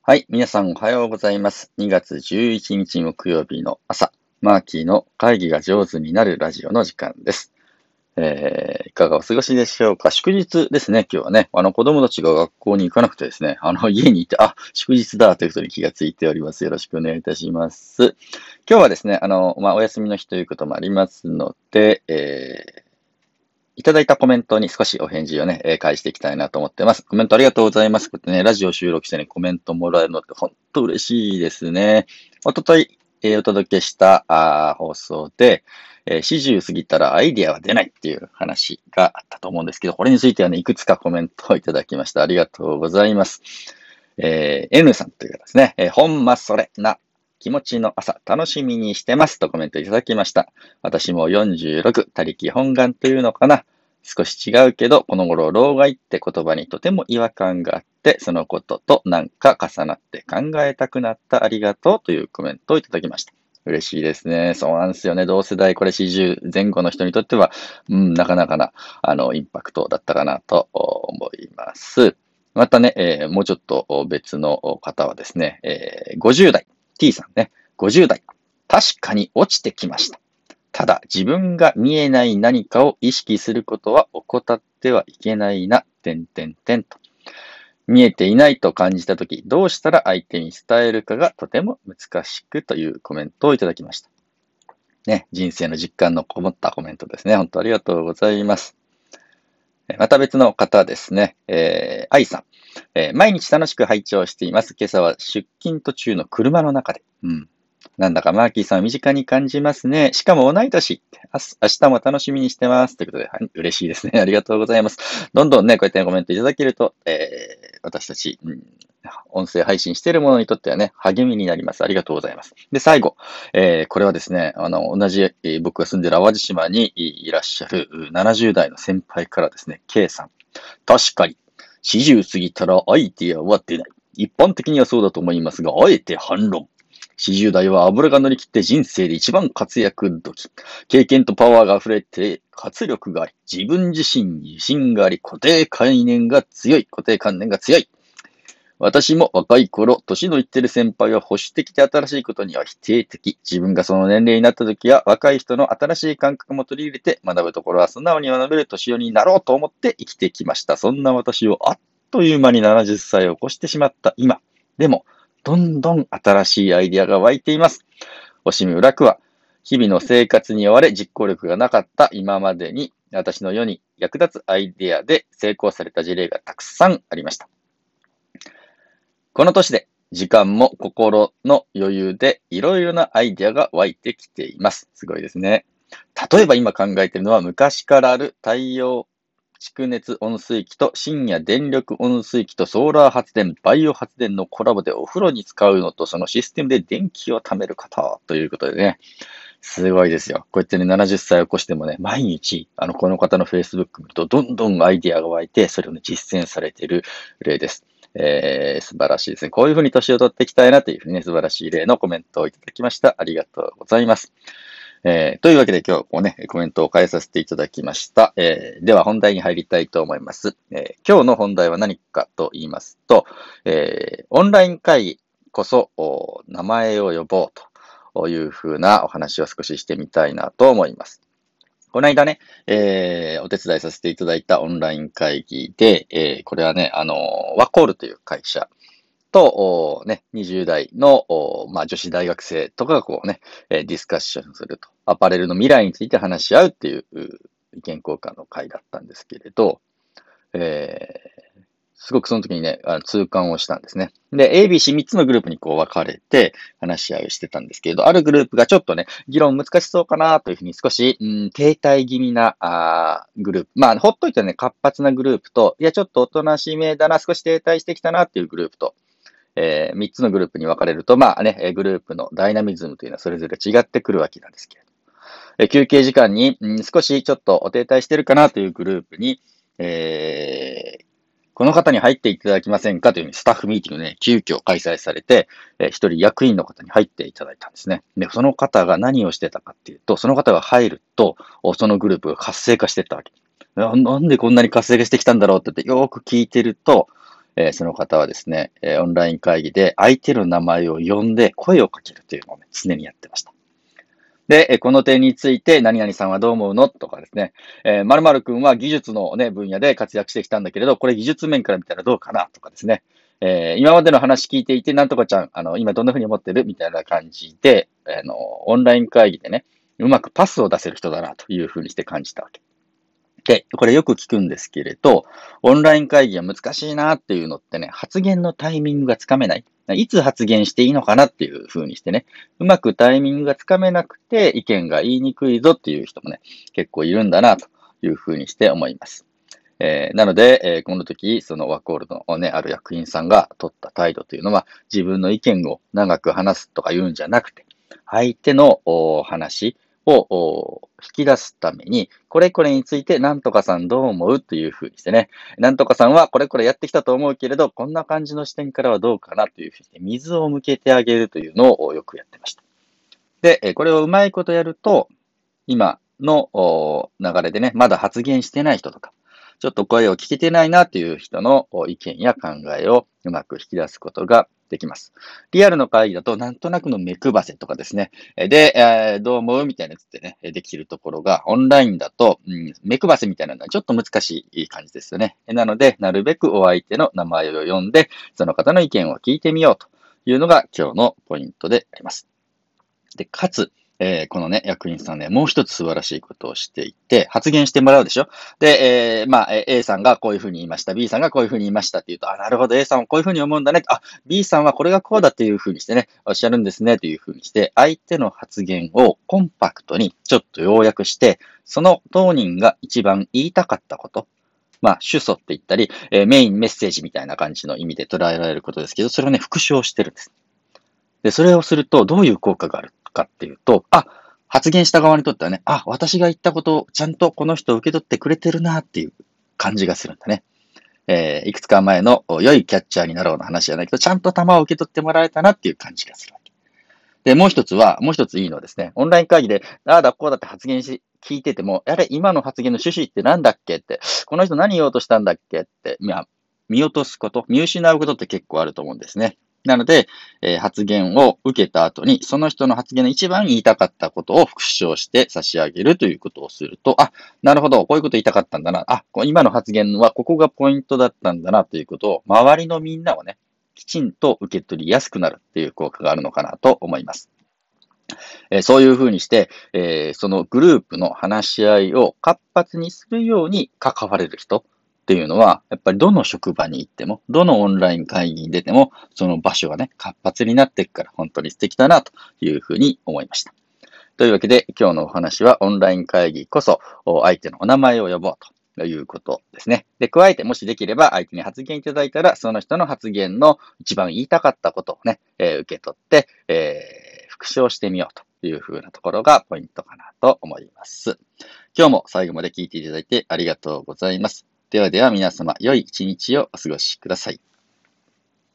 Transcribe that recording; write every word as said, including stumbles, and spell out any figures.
はい。皆さんおはようございます。にがつじゅういちにち木曜日の朝、マーキーの会議が上手になるラジオの時間です。えー、いかがお過ごしでしょうか。祝日ですね、今日はね。あの、子供たちが学校に行かなくてですね、あの、家にいて、あ、祝日だということに気がついております。よろしくお願いいたします。今日はですね、あの、まあ、お休みの日ということもありますので、えー、いただいたコメントに少しお返事をね、えー返していきたいなと思ってます。コメントありがとうございます。こうやってね、ラジオ収録してね、コメントもらえるのって本当嬉しいですね。おととい、えーお届けしたあー放送で、えー、よんじゅう過ぎたらアイディアは出ないっていう話があったと思うんですけど、これについてはね、いくつかコメントをいただきました。ありがとうございます。えー、N さんという方ですね、えー、ほんまそれな、気持ちの朝、楽しみにしてますとコメントいただきました。私もよんじゅうろく、他力本願というのかな。少し違うけど、この頃、老害って言葉にとても違和感があって、そのこととなんか重なって考えたくなったありがとうというコメントをいただきました。嬉しいですね。そうなんですよね。同世代、これよんじゅう前後の人にとっては、うん、なかなかな、あの、インパクトだったかなと思います。またね、えーもうちょっと別の方はですね、えーごじゅう代、T さんね、ごじゅう代、確かに落ちてきました。ただ、自分が見えない何かを意識することは怠ってはいけないな、点点点と。見えていないと感じたとき、どうしたら相手に伝えるかがとても難しくというコメントをいただきました。ね、人生の実感のこもったコメントですね。本当ありがとうございます。また別の方ですね、えー、愛さん、えー毎日楽しく拝聴しています。今朝は出勤途中の車の中で。うん。なんだかマーキーさんを身近に感じますね。しかも同い年。あす明日も楽しみにしてます。ということで、はい、嬉しいですね。ありがとうございます。どんどんね、こうやってコメントいただけると、えー私たち、うん、音声配信しているものにとってはね、励みになります。ありがとうございます。で、最後、えーこれはですね、あの、同じ、えー僕が住んでいる淡路島にいらっしゃるうななじゅう代の先輩からですね、K さん。確かに、よんじゅう過ぎたらアイディアは出ない。一般的にはそうだと思いますが、あえて反論。よんじゅう代は油が乗り切って人生で一番活躍時。経験とパワーが溢れて活力があり、自分自身に自信があり、固定概念が強い。固定観念が強い。私も若い頃、年のいってる先輩は保守的で新しいことには否定的。自分がその年齢になった時は、若い人の新しい感覚も取り入れて、学ぶところは素直に学べる年寄りになろうと思って生きてきました。そんな私をあっという間にななじゅっさいを越してしまった今。でも、どんどん新しいアイデアが湧いています。惜しみ裏くは、日々の生活に追われ実行力がなかった今までに、私の世に役立つアイデアで成功された事例がたくさんありました。この年で時間も心の余裕でいろいろなアイデアが湧いてきています。すごいですね。例えば今考えているのは昔からある太陽蓄熱温水器と深夜電力温水器とソーラー発電、バイオ発電のコラボでお風呂に使うのとそのシステムで電気を貯める方ということでね。すごいですよ。こうやってね、ななじゅっさいを越してもね、毎日、あの、この方の Facebook 見ると、どんどんアイディアが湧いて、それをね、実践されている例です。えー、素晴らしいですね。こういうふうに年を取っていきたいなというふうにね、素晴らしい例のコメントをいただきました。ありがとうございます。えー、というわけで今日こうね、コメントを変えさせていただきました。えー、では本題に入りたいと思います。えー、今日の本題は何かと言いますと、えー、オンライン会議こそ名前を呼ぼうというふうなお話を少ししてみたいなと思います。この間ね、えー、お手伝いさせていただいたオンライン会議で、えー、これはね、あの、ワコールという会社と、ね、にじゅう代の、まあ、女子大学生とかがこうね、ディスカッションすると。アパレルの未来について話し合うっていう意見交換の会だったんですけれど、えー、すごくその時にね、痛感をしたんですね。で、エービーシーみっ つのグループにこう分かれて話し合いをしてたんですけれど、あるグループがちょっとね、議論難しそうかなというふうに少し、うん、停滞気味なあグループ。まあ、ほっといてね、活発なグループと、いや、ちょっとおとなしめだな、少し停滞してきたなっていうグループと、えー、みっつのグループに分かれると、まあね、グループのダイナミズムというのはそれぞれ違ってくるわけなんですけれど、えー、休憩時間に、うん、少しちょっとお停滞してるかなというグループに、えー、この方に入っていただけませんかというふうにスタッフミーティングね、急遽開催されて、えー、一人役員の方に入っていただいたんですね。で、その方が何をしてたかっていうと、その方が入ると、そのグループが活性化していったわけ。ななんでこんなに活性化してきたんだろうって言ってよーく聞いてると、 えーその方はですね、えーオンライン会議で相手の名前を呼んで声をかけるというのを、ね、常にやってました。で、えこの点について、何々さんはどう思うのとかですね、えー、〇〇くんは技術のね、分野で活躍してきたんだけれど、これ技術面から見たらどうかなとかですね、えー今までの話聞いていて、なんとかちゃん、あの、今どんな風に思ってるみたいな感じで、あの、オンライン会議でね、うまくパスを出せる人だなという風にして感じたわけ。で、これよく聞くんですけれど、オンライン会議は難しいなっていうのってね、発言のタイミングがつかめない。いつ発言していいのかなっていう風にしてね、うまくタイミングがつかめなくて意見が言いにくいぞっていう人もね、結構いるんだなという風にして思います。えーなので、えーこの時、そのワコールのね、ある役員さんが取った態度というのは、自分の意見を長く話すとか言うんじゃなくて、相手のお話をお引き出すために、これこれについてなんとかさんどう思うというふうにしてね、なんとかさんはこれこれやってきたと思うけれど、こんな感じの視点からはどうかなというふうにして、水を向けてあげるというのをよくやってました。で、えーこれをうまいことやると、今のお流れでね、まだ発言してない人とか、ちょっと声を聞けてないなという人のお意見や考えをうまく引き出すことができます。リアルの会議だと、なんとなくの目配せとかですね。えで、えーどう思うみたいなやつってね、えできるところが、オンラインだと、うん、目配せみたいなのはちょっと難しい感じですよね。えなので、なるべくお相手の名前を呼んで、その方の意見を聞いてみようというのが今日のポイントであります。で、かつ、えーこのね、役員さんね、もう一つ素晴らしいことをしていて、発言してもらうでしょ。で、えーまあ、えー A さんがこういうふうに言いました。B さんがこういうふうに言いましたって言うと、あ、なるほど、A さんはこういうふうに思うんだね。あ、B さんはこれがこうだっていうふうにしてね、おっしゃるんですね、というふうにして、相手の発言をコンパクトにちょっと要約して、その当人が一番言いたかったこと、まあ、主訴って言ったり、えーメインメッセージみたいな感じの意味で捉えられることですけど、それをね、復唱してるんです。で、それをすると、どういう効果があるかっていうと、あ、発言した側にとってはね、あ、私が言ったことをちゃんとこの人受け取ってくれてるなっていう感じがするんだね。えーいくつか前の良いキャッチャーになろうの話じゃないけど、ちゃんと球を受け取ってもらえたなっていう感じがするわけ。で、もう一つは、もう一ついいのはですね、オンライン会議で、ああだこうだって発言し、聞いてても、あれ、今の発言の趣旨ってなんだっけって、この人何言おうとしたんだっけって、まあ、見落とすこと、見失うことって結構あると思うんですね。なので、えー発言を受けた後に、その人の発言の一番言いたかったことを復唱して差し上げるということをすると、あ、なるほど、こういうこと言いたかったんだな。あ、今の発言はここがポイントだったんだなということを、周りのみんなをね、きちんと受け取りやすくなるっていう効果があるのかなと思います。えーそういうふうにして、えーそのグループの話し合いを活発にするように関われる人っていうのは、やっぱりどの職場に行っても、どのオンライン会議に出ても、その場所がね、活発になっていくから本当に素敵だなというふうに思いました。というわけで、今日のお話はオンライン会議こそ、相手のお名前を呼ぼうということですね。で、加えて、もしできれば相手に発言いただいたら、その人の発言の一番言いたかったことをね、えー受け取って、えー復唱してみようというふうなところがポイントかなと思います。今日も最後まで聞いていただいてありがとうございます。ではでは皆様、良い一日をお過ごしください。